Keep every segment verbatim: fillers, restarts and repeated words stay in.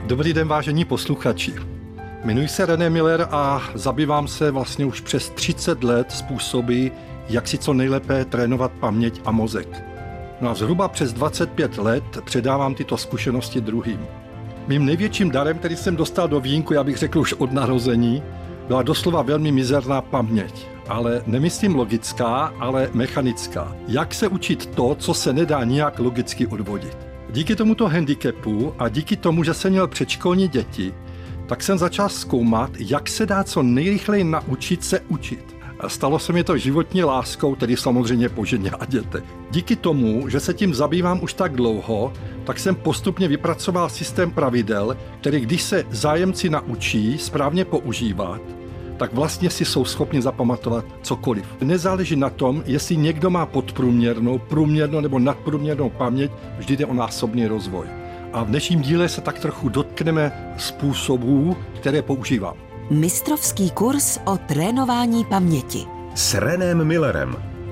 Dobrý den, vážení posluchači. Jmenuji se René Miller a zabývám se vlastně už přes třicet let způsoby, jak si co nejlépe trénovat paměť a mozek. No a zhruba přes dvacet pět let předávám tyto zkušenosti druhým. Mým největším darem, který jsem dostal do vínku, já bych řekl už od narození, byla doslova velmi mizerná paměť. Ale nemyslím logická, ale mechanická. Jak se učit to, co se nedá nijak logicky odvodit? Díky tomuto handicapu a díky tomu, že jsem měl předškolní děti, tak jsem začal zkoumat, jak se dá co nejrychleji naučit se učit. Stalo se mi to životní láskou, tedy samozřejmě po ženě a dětech. Díky tomu, že se tím zabývám už tak dlouho, tak jsem postupně vypracoval systém pravidel, který když se zájemci naučí správně používat, tak vlastně si jsou schopni zapamatovat cokoliv. Nezáleží na tom, jestli někdo má podprůměrnou, průměrnou nebo nadprůměrnou paměť, vždy jde o násobný rozvoj. A v dnešním díle se tak trochu dotkneme způsobů, které používám. Mistrovský kurz o trénování paměti s Renem Millerem.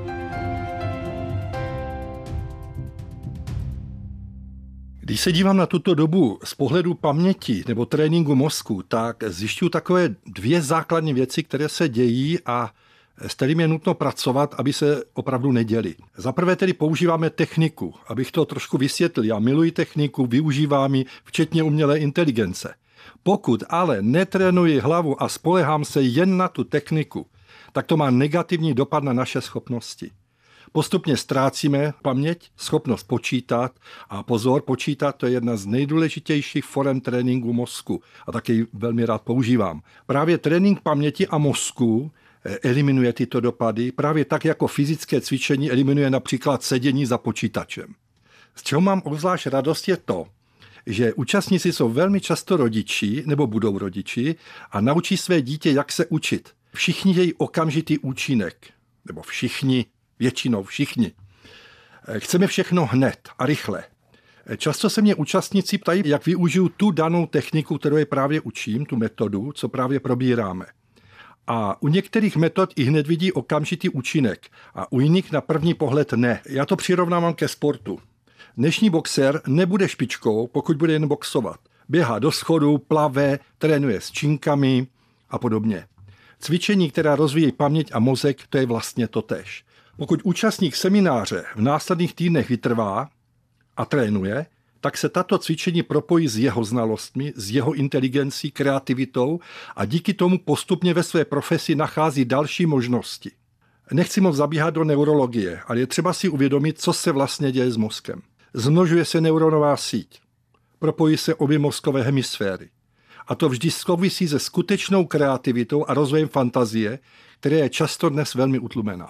Když se dívám na tuto dobu z pohledu paměti nebo tréninku mozku, tak zjišťuji takové dvě základní věci, které se dějí a s kterými je nutno pracovat, aby se opravdu neděly. Za prvé tedy používáme techniku, abych to trošku vysvětlil. Já miluji techniku, využívám ji, včetně umělé inteligence. Pokud ale netrénuji hlavu a spolehám se jen na tu techniku, tak to má negativní dopad na naše schopnosti. Postupně ztrácíme paměť, schopnost počítat a pozor, počítat to je jedna z nejdůležitějších forem tréninku mozku a taky ji velmi rád používám. Právě trénink paměti a mozku eliminuje tyto dopady, právě tak jako fyzické cvičení eliminuje například sedění za počítačem. Z čeho mám obzvlášť radost je to, že účastníci jsou velmi často rodiči nebo budou rodiči a naučí své dítě, jak se učit. Všichni dějí okamžitý účinek, nebo všichni, většinou všichni. Chceme všechno hned a rychle. Často se mě účastníci ptají, jak využiju tu danou techniku, kterou je právě učím, tu metodu, co právě probíráme. A u některých metod i hned vidí okamžitý účinek a u jiných na první pohled ne. Já to přirovnávám ke sportu. Dnešní boxer nebude špičkou, pokud bude jen boxovat. Běhá do schodu, plave, trénuje s činkami a podobně. Cvičení, která rozvíjí paměť a mozek, to je vlastně totéž. Pokud účastník semináře v následných týdnech vytrvá a trénuje, tak se tato cvičení propojí s jeho znalostmi, s jeho inteligencí, kreativitou a díky tomu postupně ve své profesi nachází další možnosti. Nechci moc zabíhat do neurologie, ale je třeba si uvědomit, co se vlastně děje s mozkem. Zmnožuje se neuronová síť, propojí se obě mozkové hemisféry. A to vždy souvisí se skutečnou kreativitou a rozvojem fantazie, která je často dnes velmi utlumená.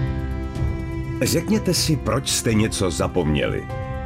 Řekněte si, proč jste něco zapomněli.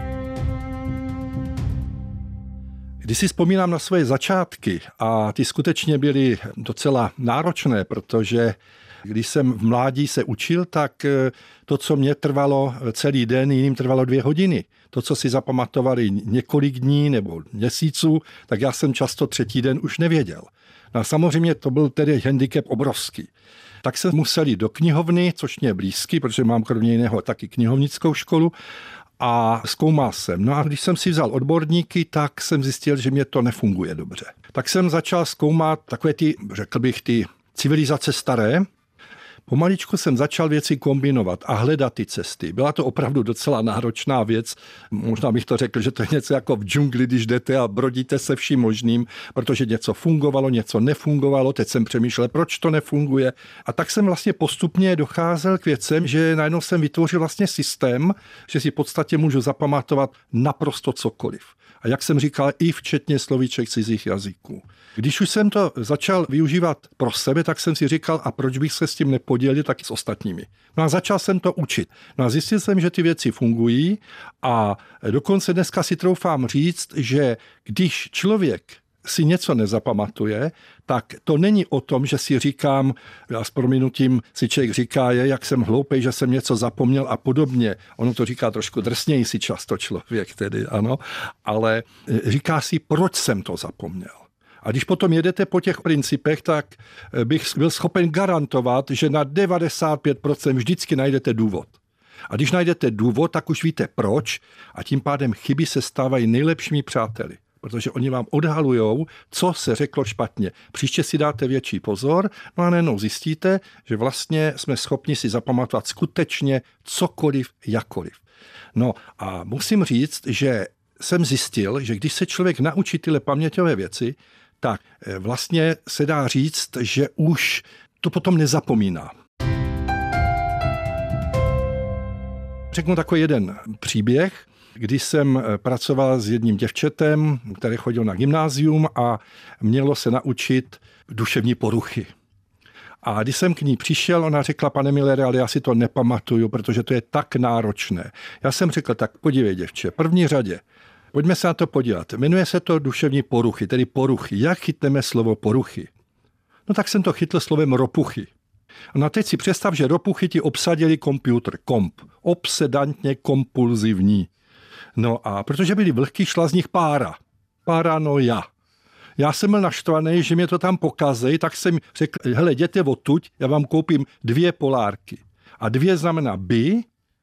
Když si vzpomínám na své začátky, a ty skutečně byly docela náročné, protože když jsem v mládí se učil, tak to, co mě trvalo celý den, jiným trvalo dvě hodiny. To, co si zapamatovali několik dní nebo měsíců, tak já jsem často třetí den už nevěděl. No a samozřejmě to byl tedy handicap obrovský. Tak se museli do knihovny, což mě je blízky, protože mám kromě jiného taky knihovnickou školu, a zkoumal jsem. No a když jsem si vzal odborníky, tak jsem zjistil, že mě to nefunguje dobře. Tak jsem začal zkoumat takové ty, řekl bych, ty civilizace staré. Pomaličku jsem začal věci kombinovat a hledat ty cesty. Byla to opravdu docela náročná věc. Možná bych to řekl, že to je něco jako v džungli, když jdete a brodíte se vším možným, protože něco fungovalo, něco nefungovalo. Teď jsem přemýšlel, proč to nefunguje. A tak jsem vlastně postupně docházel k věcem, že najednou jsem vytvořil vlastně systém, že si v podstatě můžu zapamatovat naprosto cokoliv. A jak jsem říkal, i včetně slovíček cizích jazyků. Když už jsem to začal využívat pro sebe, tak jsem si říkal, a proč bych se s tím nepodělil taky s ostatními. No a začal jsem to učit. No a zjistil jsem, že ty věci fungují a dokonce dneska si troufám říct, že když člověk si něco nezapamatuje, tak to není o tom, že si říkám, já s prominutím si člověk říká, je, jak jsem hloupej, že jsem něco zapomněl a podobně. Ono to říká trošku drsněji si často člověk tedy, ano, ale říká si, proč jsem to zapomněl. A když potom jedete po těch principech, tak bych byl schopen garantovat, že na devadesát pět procent vždycky najdete důvod. A když najdete důvod, tak už víte proč a tím pádem chyby se stávají nejlepšími přáteli. protože oni vám odhalujou, co se řeklo špatně. Příště si dáte větší pozor, no a najednou zjistíte, že vlastně jsme schopni si zapamatovat skutečně cokoliv, jakkoliv. No a musím říct, že jsem zjistil, že když se člověk naučí tyhle paměťové věci, tak vlastně se dá říct, že už to potom nezapomíná. Řeknu takový jeden příběh, kdy jsem pracoval s jedním děvčetem, který chodil na gymnázium a mělo se naučit duševní poruchy. A když jsem k ní přišel, ona řekla, pane Millere, ale já si to nepamatuju, protože to je tak náročné. Já jsem řekl, tak podívej, děvče, první řadě, pojďme se na to podívat. Jmenuje se to duševní poruchy, tedy poruchy. Jak chytneme slovo poruchy? No tak jsem to chytl slovem ropuchy. No a teď si představ, že ropuchy ti obsadili počítač, komp. Obsedantně kompulzivní. No a protože byli vlhký, šla z nich pára. Paranoia. Já jsem byl naštvaný, že mě to tam pokazej, tak jsem řekl, hele, jděte odtud, já vám koupím dvě polárky. A dvě znamená by,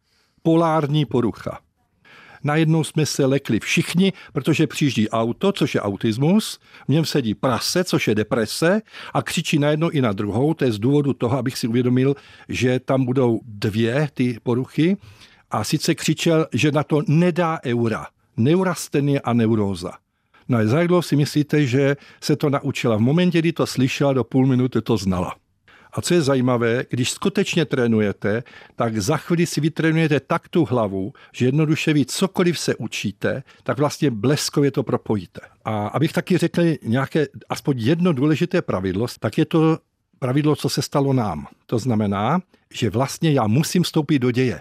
polární porucha. Najednou jsme se lekli všichni, protože přijíždí auto, což je autismus, v něm sedí prase, což je deprese a křičí na jedno i na druhou, to je z důvodu toho, abych si uvědomil, že tam budou dvě ty poruchy a sice křičel, že na to nedá eura, neurastenie a neuróza. No a za jak dlouho si myslíte, že se to naučila? V momentě, kdy to slyšela, do půl minuty to znala. A co je zajímavé, když skutečně trénujete, tak za chvíli si vytrénujete tak tu hlavu, že jednoduše ví, cokoliv se učíte, tak vlastně bleskově to propojíte. A abych taky řekl nějaké, aspoň jedno důležité pravidlo, tak je to pravidlo, co se stalo nám. To znamená, že vlastně já musím vstoupit do děje.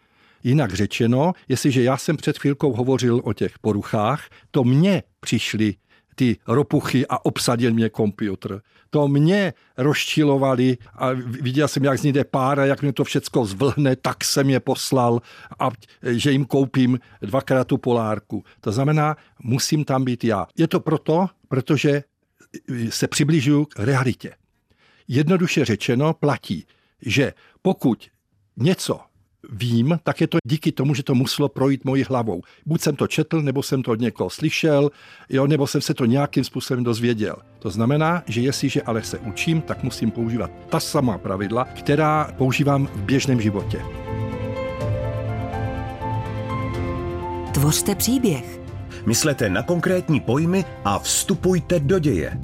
Jinak řečeno, jestliže já jsem před chvílkou hovořil o těch poruchách, to mně přišly ty ropuchy a obsadil mě počítač. To mě rozčilovali a viděl jsem, jak z ní jde pára, jak mě to všecko zvlhne, tak jsem je poslal a že jim koupím dvakrát tu polárku. To znamená, musím tam být já. Je to proto, protože se přibližuju k realitě. Jednoduše řečeno platí, že pokud něco vím, tak je to díky tomu, že to muselo projít mojí hlavou. Buď jsem to četl, nebo jsem to od někoho slyšel, jo, nebo jsem se to nějakým způsobem dozvěděl. To znamená, že jestliže ale se učím, tak musím používat ta samá pravidla, která používám v běžném životě. Tvořte příběh. Myslete na konkrétní pojmy a vstupujte do děje.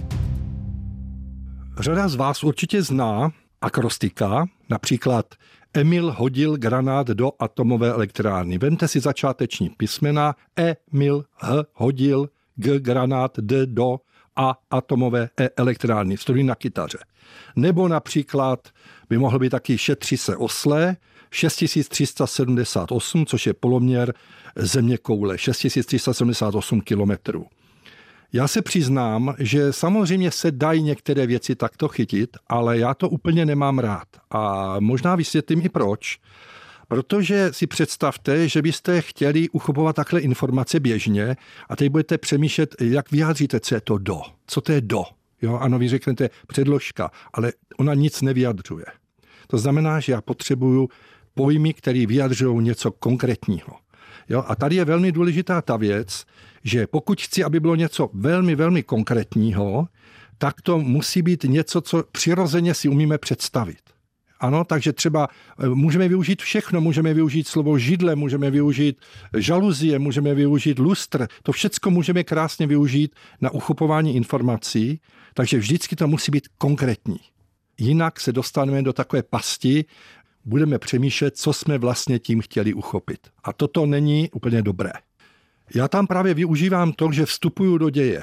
Řada z vás určitě zná akrostika, například Emil hodil granát do atomové elektrárny. Vemte si začáteční písmena. Emil H hodil G granát D do A atomové E elektrárny. Stojí na kytaře. Nebo například by mohl být taky šetří se osle šest tisíc tři sta sedmdesát osm, což je poloměr zeměkoule. šest tisíc tři sta sedmdesát osm kilometrů. Já se přiznám, že samozřejmě se dají některé věci takto chytit, ale já to úplně nemám rád. A možná vysvětlím i proč. Protože si představte, že byste chtěli uchopovat takhle informace běžně a teď budete přemýšlet, jak vyjádříte, co je to do. Co to je do? Jo, ano, vy řeknete předložka, ale ona nic nevyjadřuje. To znamená, že já potřebuju pojmy, které vyjadřují něco konkrétního. Jo, a tady je velmi důležitá ta věc, že pokud chci, aby bylo něco velmi, velmi konkrétního, tak to musí být něco, co přirozeně si umíme představit. Ano, takže třeba můžeme využít všechno, můžeme využít slovo židle, můžeme využít žaluzie, můžeme využít lustr, to všecko můžeme krásně využít na uchopování informací, takže vždycky to musí být konkrétní. Jinak se dostaneme do takové pasti, budeme přemýšlet, co jsme vlastně tím chtěli uchopit. A toto není úplně dobré. Já tam právě využívám to, že vstupuju do děje.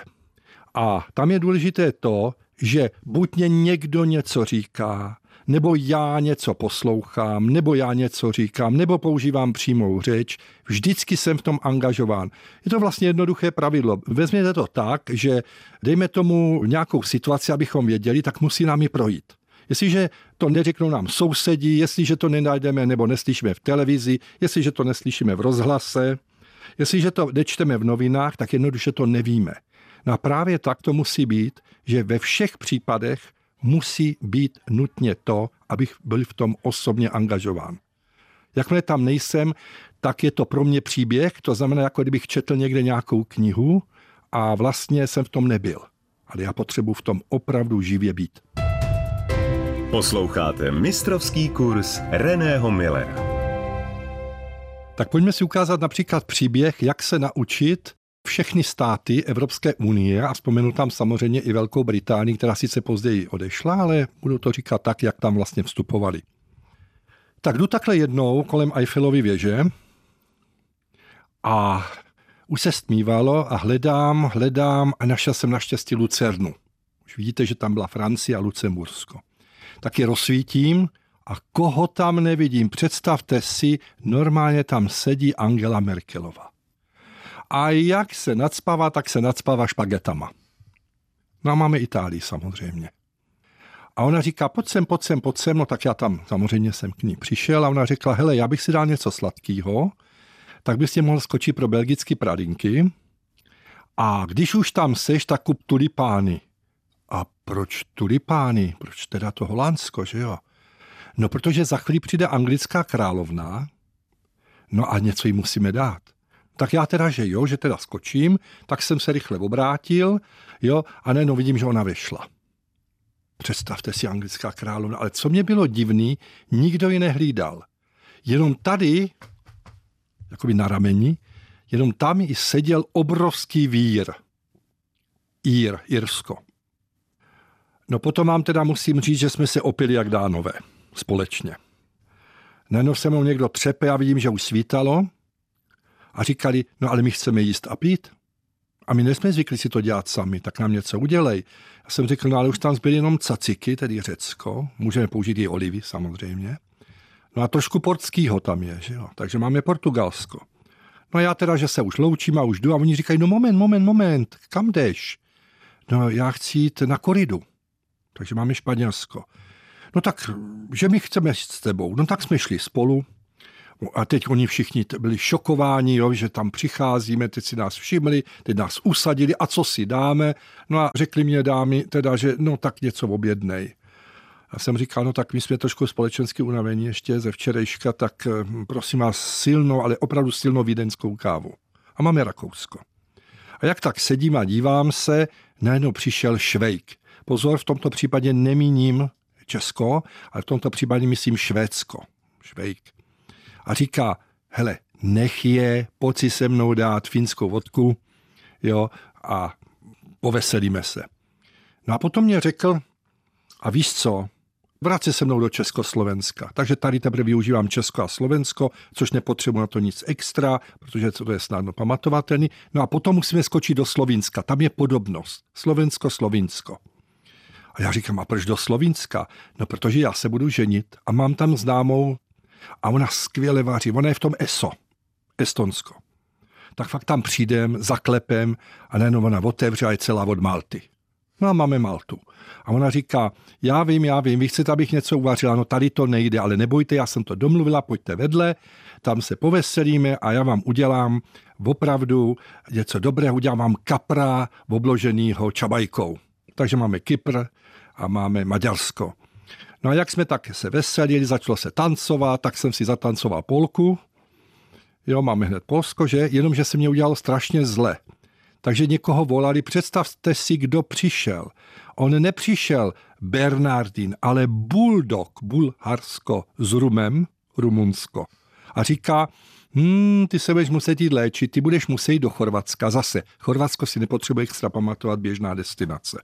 A tam je důležité to, že buď mě někdo něco říká, nebo já něco poslouchám, nebo já něco říkám, nebo používám přímou řeč. Vždycky jsem v tom angažován. Je to vlastně jednoduché pravidlo. Vezměte to tak, že dejme tomu nějakou situaci, abychom věděli, tak musí nám ji projít. Jestliže to neřeknou nám sousedí, jestliže to nenajdeme nebo neslyšíme v televizi, jestliže to neslyšíme v rozhlase, jestliže to nečteme v novinách, tak jednoduše to nevíme. No a právě tak to musí být, že ve všech případech musí být nutně to, abych byl v tom osobně angažován. Jakmile tam nejsem, tak je to pro mě příběh, to znamená, jako kdybych četl někde nějakou knihu a vlastně jsem v tom nebyl. Ale já potřebuji v tom opravdu živě být. Posloucháte mistrovský kurz Reného Millera. Tak pojďme si ukázat například příběh, jak se naučit všechny státy Evropské unie, a vzpomenu tam samozřejmě i Velkou Británii, která sice později odešla, ale budu to říkat tak, jak tam vlastně vstupovali. Tak jdu takhle jednou kolem Eiffelovy věže a už se stmívalo a hledám, hledám a našel jsem naštěstí Lucernu. Už vidíte, že tam byla Francie a Lucembursko. Tak je rozsvítím a koho tam nevidím? Představte si, normálně tam sedí Angela Merkelová. A jak se nacpává, tak se nacpává špagetama. No a máme Itálii samozřejmě. A ona říká, pojď sem, pojď sem, pojď sem. No tak já tam samozřejmě jsem k ní přišel a ona řekla, hele, já bych si dal něco sladkého, tak bys tě mohl skočit pro belgické pralinky. A když už tam seš, tak kup tulipány. A proč tulipány? Proč teda to Holandsko, že jo? No protože za chvíli přijde anglická královna, no a něco jí musíme dát. Tak já teda, že jo, že teda skočím, tak jsem se rychle obrátil, jo, a ne, no vidím, že ona vyšla. Představte si anglická královna, ale co mě bylo divný, nikdo ji nehlídal. Jenom tady, jakoby na rameni, jenom tam i seděl obrovský vír. Ír, Irsko. No potom vám teda musím říct, že jsme se opili jak Dánové, společně. Najednou se mnou někdo třepe a vidím, že už svítalo a říkali, no ale my chceme jíst a pít. A my nejsme zvykli si to dělat sami, tak nám něco udělej. Já jsem řekl, no ale už tam zbyly jenom caciky, tedy Řecko, můžeme použít i olivy samozřejmě. No a trošku portskýho tam je, že jo, takže máme Portugalsko. No a já teda, že se už loučím a už jdu a oni říkají, no moment, moment, moment, kam jdeš? No já chci jít na koridu, takže máme Španělsko. No tak, že my chceme jít s tebou, no tak jsme šli spolu. A teď oni všichni byli šokováni, jo, že tam přicházíme, teď si nás všimli, teď nás usadili a co si dáme. No a řekli mě dámy teda, že no tak něco objednej. Já jsem říkal, no tak my jsme trošku společensky unavení ještě ze včerejška, tak prosím vás silnou, ale opravdu silnou vídeňskou kávu. A máme Rakousko. A jak tak sedím a dívám se, najednou přišel Švejk. Pozor, v tomto případě nemíním Česko, ale v tomto případě myslím Švédsko. Švejk. A říká, hele, nech je, pojď si se mnou dát finskou vodku, jo, a poveselíme se. No a potom mě řekl, a víš co, vrát se se mnou do Československa. Takže tady teprve využívám Česko a Slovensko, což nepotřebuji na to nic extra, protože to je snadno pamatovatelný. No a potom musíme skočit do Slovinska, tam je podobnost. Slovensko, Slovinsko. A já říkám, a proč do Slovinska? No protože já se budu ženit a mám tam známou a ona skvěle vaří. Ona je v tom E S O, Estonsko. Tak fakt tam přijdem, zaklepem a najednou ona otevře a je celá od Malty. No a máme Maltu. A ona říká, já vím, já vím, vy chcete, abych něco uvařila, no tady to nejde, ale nebojte, já jsem to domluvila, pojďte vedle, tam se poveselíme a já vám udělám opravdu něco dobrého, udělám vám kapra obloženýho čabajkou. Takže máme Kypr a máme Maďarsko. No a jak jsme tak se veselili, začalo se tancovat, tak jsem si zatancoval polku. Jo, máme hned Polsko, že? Jenomže se mě udělalo strašně zle. Takže někoho volali, představte si, kdo přišel. On nepřišel Bernardín, ale Bulldog, Bulharsko s rumem, Rumunsko. A říká, hmm, ty se budeš muset jít léčit, ty budeš muset jít do Chorvatska. Zase, Chorvatsko si nepotřebuje extra pamatovat, běžná destinace.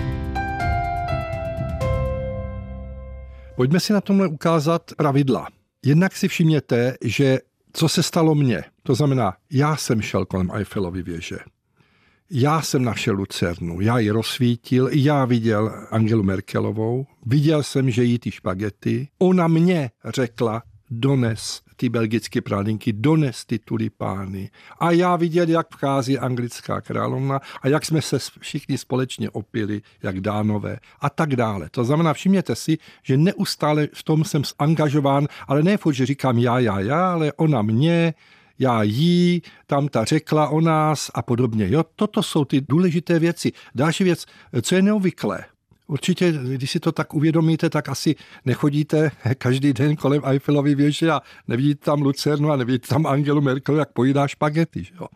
Pojďme si na tomhle ukázat pravidla. Jednak si všimněte, že co se stalo mně, to znamená, já jsem šel kolem Eiffelovy věže. Já jsem našel Lucernu, já ji rozsvítil, já viděl Angelu Merkelovou, viděl jsem, že jí ty špagety. Ona mě řekla, dones ty belgické pralinky, dones ty tulipány. A já viděl, jak vchází anglická královna a jak jsme se všichni společně opili, jak Dánové a tak dále. To znamená, všimněte si, že neustále v tom jsem angažován, ale ne furt, že říkám já, já, já, ale ona mě, já jí, tam ta řekla o nás a podobně. Jo, toto jsou ty důležité věci. Další věc, co je neobvyklé. Určitě, když si to tak uvědomíte, tak asi nechodíte každý den kolem Eiffelovy věže a nevidíte tam Lucernu a nevidíte tam Angelu Merkelovou, jak pojídá špagety. Jo.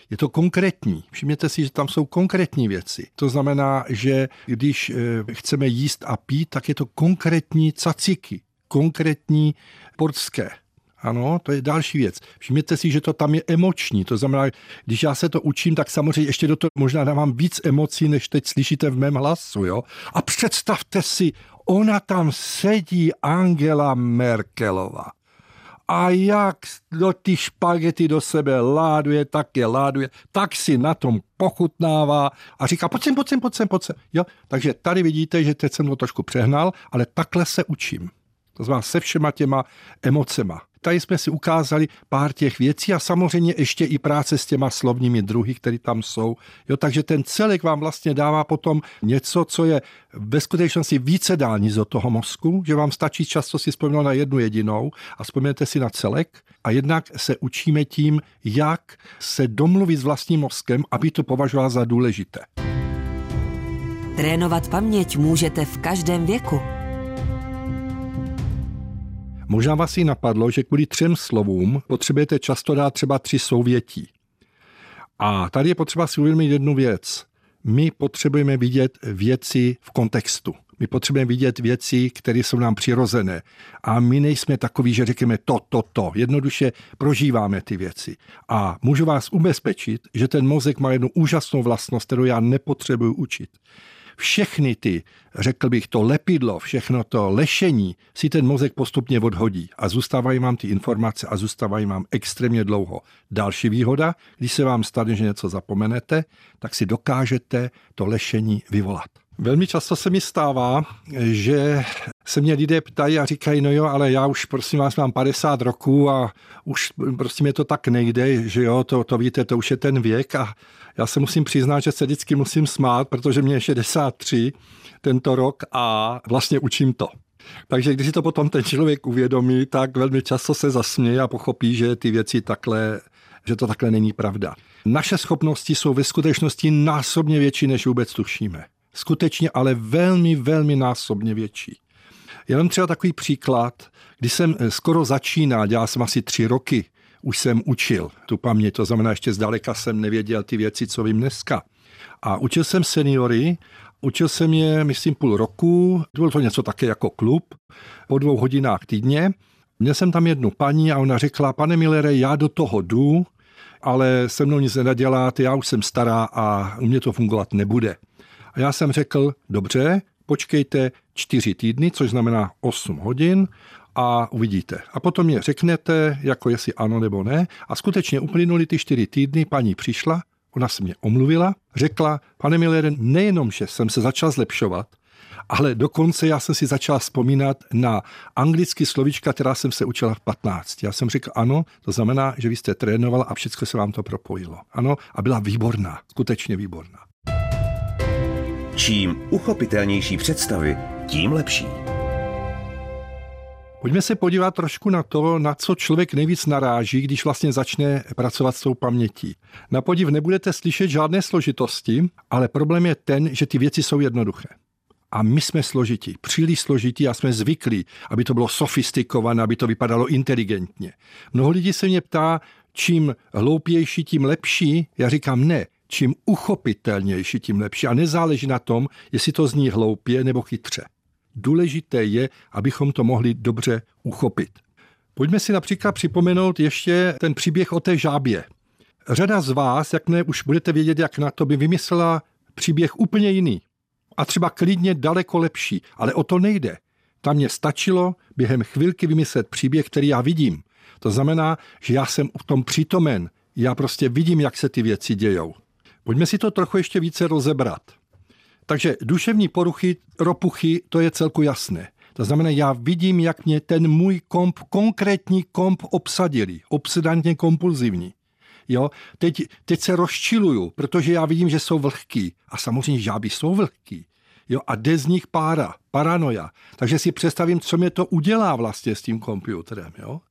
Je to konkrétní. Všimněte si, že tam jsou konkrétní věci. To znamená, že když chceme jíst a pít, tak je to konkrétní caciky, konkrétní portské. Ano, to je další věc. Všimněte si, že to tam je emoční. To znamená, když já se to učím, tak samozřejmě ještě do toho možná dávám víc emocí, než teď slyšíte v mém hlasu. Jo? A představte si, ona tam sedí, Angela Merkelová. A jak do ty špagety do sebe láduje, tak je láduje, tak si na tom pochutnává a říká, pojď sem, pojď sem, pojď sem, pojď sem. Jo? Takže tady vidíte, že teď jsem to trošku přehnal, ale takhle se učím. To znamená se všema těma emocema. Tady jsme si ukázali pár těch věcí a samozřejmě ještě i práce s těma slovními druhy, které tam jsou. Jo, takže ten celek vám vlastně dává potom něco, co je ve skutečnosti více dálnic do toho mozku, že vám stačí často si vzpomenout na jednu jedinou a vzpomněte si na celek a jednak se učíme tím, jak se domluvit s vlastním mozkem, aby to považoval za důležité. Trénovat paměť můžete v každém věku. Možná vás i napadlo, že kvůli třem slovům potřebujete často dát třeba tři souvětí. A tady je potřeba si uvědomit jednu věc. My potřebujeme vidět věci v kontextu. My potřebujeme vidět věci, které jsou nám přirozené. A my nejsme takoví, že řekneme to, to, to. Jednoduše prožíváme ty věci. A můžu vás ubezpečit, že ten mozek má jednu úžasnou vlastnost, kterou já nepotřebuji učit. Všechny ty, řekl bych, to lepidlo, všechno to lešení si ten mozek postupně odhodí a zůstávají vám ty informace a zůstávají vám extrémně dlouho. Další výhoda, když se vám stane, že něco zapomenete, tak si dokážete to lešení vyvolat. Velmi často se mi stává, že se mě lidé ptají a říkají, no jo, ale já už prosím vás mám padesát roků a už prostě mě to tak nejde, že jo, to, to víte, to už je ten věk a já se musím přiznat, že se vždycky musím smát, protože mě je šedesát tři tento rok a vlastně učím to. Takže když si to potom ten člověk uvědomí, tak velmi často se zasměje a pochopí, že ty věci takhle, že to takhle není pravda. Naše schopnosti jsou ve skutečnosti násobně větší, než vůbec tušíme. Skutečně, ale velmi, velmi násobně větší. Jenom třeba takový příklad, když jsem skoro začínal, dělal jsem asi tři roky, už jsem učil tu paměť, to znamená, ještě zdaleka jsem nevěděl ty věci, co vím dneska. A učil jsem seniory, učil jsem je, myslím, půl roku, bylo to něco také jako klub, po dvou hodinách týdně. Měl jsem tam jednu paní a ona řekla, pane Millere, já do toho jdu, ale se mnou nic nenaděláte, já už jsem stará a u mě to fungovat nebude. A já jsem řekl, dobře, počkejte čtyři týdny, což znamená osm hodin a uvidíte. A potom mě řeknete, jako jestli ano nebo ne. A skutečně uplynuli ty čtyři týdny, paní přišla, ona se mě omluvila, řekla, pane Millere, nejenom, že jsem se začal zlepšovat, ale dokonce já jsem si začal vzpomínat na anglické slovíčka, která jsem se učila v patnácti. Já jsem řekl ano, to znamená, že vy jste trénoval a všechno se vám to propojilo. Ano, a byla výborná, skutečně výborná. Čím uchopitelnější představy, tím lepší. Pojďme se podívat trošku na to, na co člověk nejvíc naráží, když vlastně začne pracovat s tou pamětí. Na podiv nebudete slyšet žádné složitosti, ale problém je ten, že ty věci jsou jednoduché. A my jsme složití, příliš složití a jsme zvyklí, aby to bylo sofistikované, aby to vypadalo inteligentně. Mnoho lidí se mě ptá, čím hloupější, tím lepší. Já říkám ne, čím uchopitelnější, tím lepší. A nezáleží na tom, jestli to zní hloupě nebo chytře. Důležité je, abychom to mohli dobře uchopit. Pojďme si například připomenout ještě ten příběh o té žábě. Řada z vás, jak ne, už budete vědět, jak na to, by vymyslela příběh úplně jiný. A třeba klidně daleko lepší, ale o to nejde. Tam mě stačilo během chvilky vymyslet příběh, který já vidím. To znamená, že já jsem v tom přítomen. Já prostě vidím, jak se ty věci dějou. Pojďme si to trochu ještě více rozebrat. Takže duševní poruchy, ropuchy, to je celku jasné. To znamená, já vidím, jak mě ten můj komp, konkrétní komp obsadili. Obsedantně kompulzivní. Jo? Teď, teď se rozčiluju, protože já vidím, že jsou vlhký. A samozřejmě žáby jsou vlhký. Jo? A jde z nich pára, paranoja. Takže si představím, co mě to udělá vlastně s tím počítačem. Jo?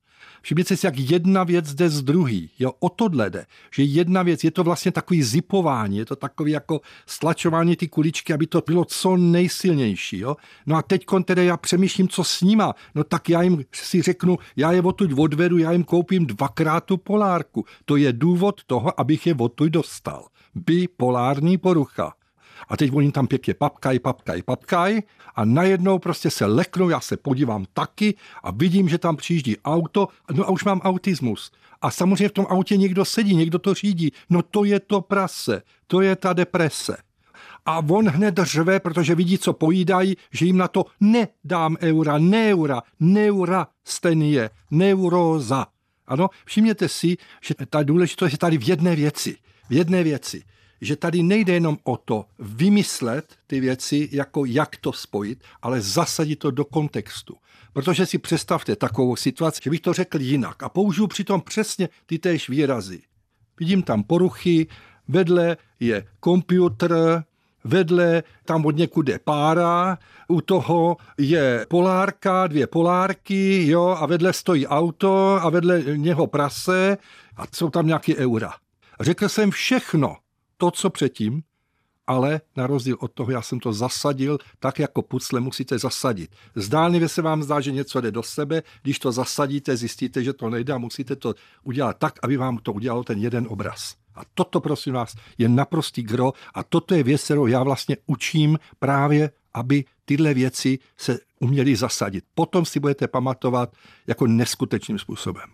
Všimněte si, jak jedna věc jde z druhý. Jo, o tohle jde. Že jedna věc, je to vlastně takový zipování, je to takový jako stlačování ty kuličky, aby to bylo co nejsilnější. Jo. No a teď tedy já přemýšlím, co s nima. No tak já jim si řeknu, já je odtud odvedu, já jim koupím dvakrát tu polárku. To je důvod toho, abych je odtud dostal. Bipolární porucha. A teď oni tam pěkně papkaj, papkaj, papkaj a najednou prostě se leknou, já se podívám taky a vidím, že tam přijíždí auto, no a už mám autismus. A samozřejmě v tom autě někdo sedí, někdo to řídí. No to je to prase, to je ta deprese. A on hned řve, protože vidí, co pojídají, že jim na to nedám eura, neura, neurastenie, neuróza. Ano, všimněte si, že ta důležitost je tady v jedné věci. V jedné věci. Že tady nejde jenom o to vymyslet ty věci, jako jak to spojit, ale zasadit to do kontextu. Protože si představte takovou situaci, že bych to řekl jinak a použiju přitom přesně ty též výrazy. Vidím tam poruchy, vedle je počítač, vedle tam od někud je pára, u toho je polárka, dvě polárky, jo, a vedle stojí auto a vedle něho prase a jsou tam nějaké eura. Řekl jsem všechno to, co předtím, ale na rozdíl od toho já jsem to zasadil tak, jako pucle musíte zasadit. Zdánlivě se vám zdá, že něco jde do sebe, když to zasadíte, zjistíte, že to nejde a musíte to udělat tak, aby vám to udělalo ten jeden obraz. A toto, prosím vás, je naprostý gro a toto je věc, kterou já vlastně učím právě, aby tyhle věci se uměly zasadit. Potom si budete pamatovat jako neskutečným způsobem.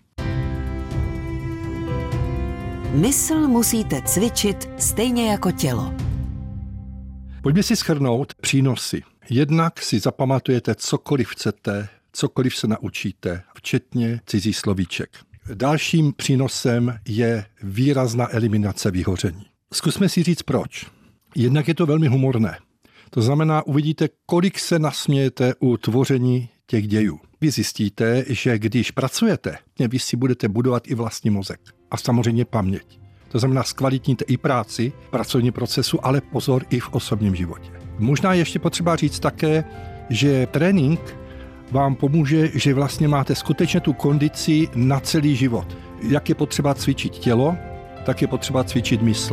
Mysl musíte cvičit stejně jako tělo. Pojďme si shrnout přínosy. Jednak si zapamatujete cokoliv chcete, cokoliv se naučíte, včetně cizí slovíček. Dalším přínosem je výrazná eliminace vyhoření. Zkusme si říct proč. Jednak je to velmi humorné. To znamená, uvidíte, kolik se nasmějete u tvoření těch dějů. Vy zjistíte, že když pracujete, vy si budete budovat i vlastní mozek. A samozřejmě paměť. To znamená, zkvalitníte i práci, pracovní procesu, ale pozor i v osobním životě. Možná ještě potřeba říct také, že trénink vám pomůže, že vlastně máte skutečně tu kondici na celý život. Jak je potřeba cvičit tělo, tak je potřeba cvičit mysl.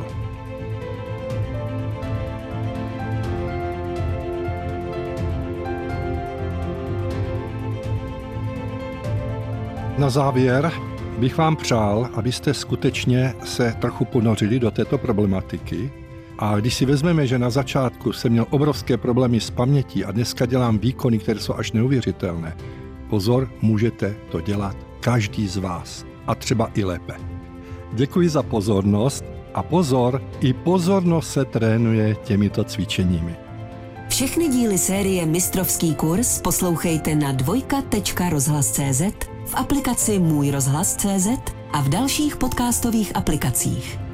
Na závěr bych vám přál, abyste skutečně se trochu ponořili do této problematiky. A když si vezmeme, že na začátku jsem měl obrovské problémy s pamětí a dneska dělám výkony, které jsou až neuvěřitelné, pozor, můžete to dělat každý z vás. A třeba i lépe. Děkuji za pozornost a pozor, i pozornost se trénuje těmito cvičeními. Všechny díly série Mistrovský kurz poslouchejte na dvojka tečka rozhlas tečka cé zet, v aplikaci Můj rozhlas tečka cé zet a v dalších podcastových aplikacích.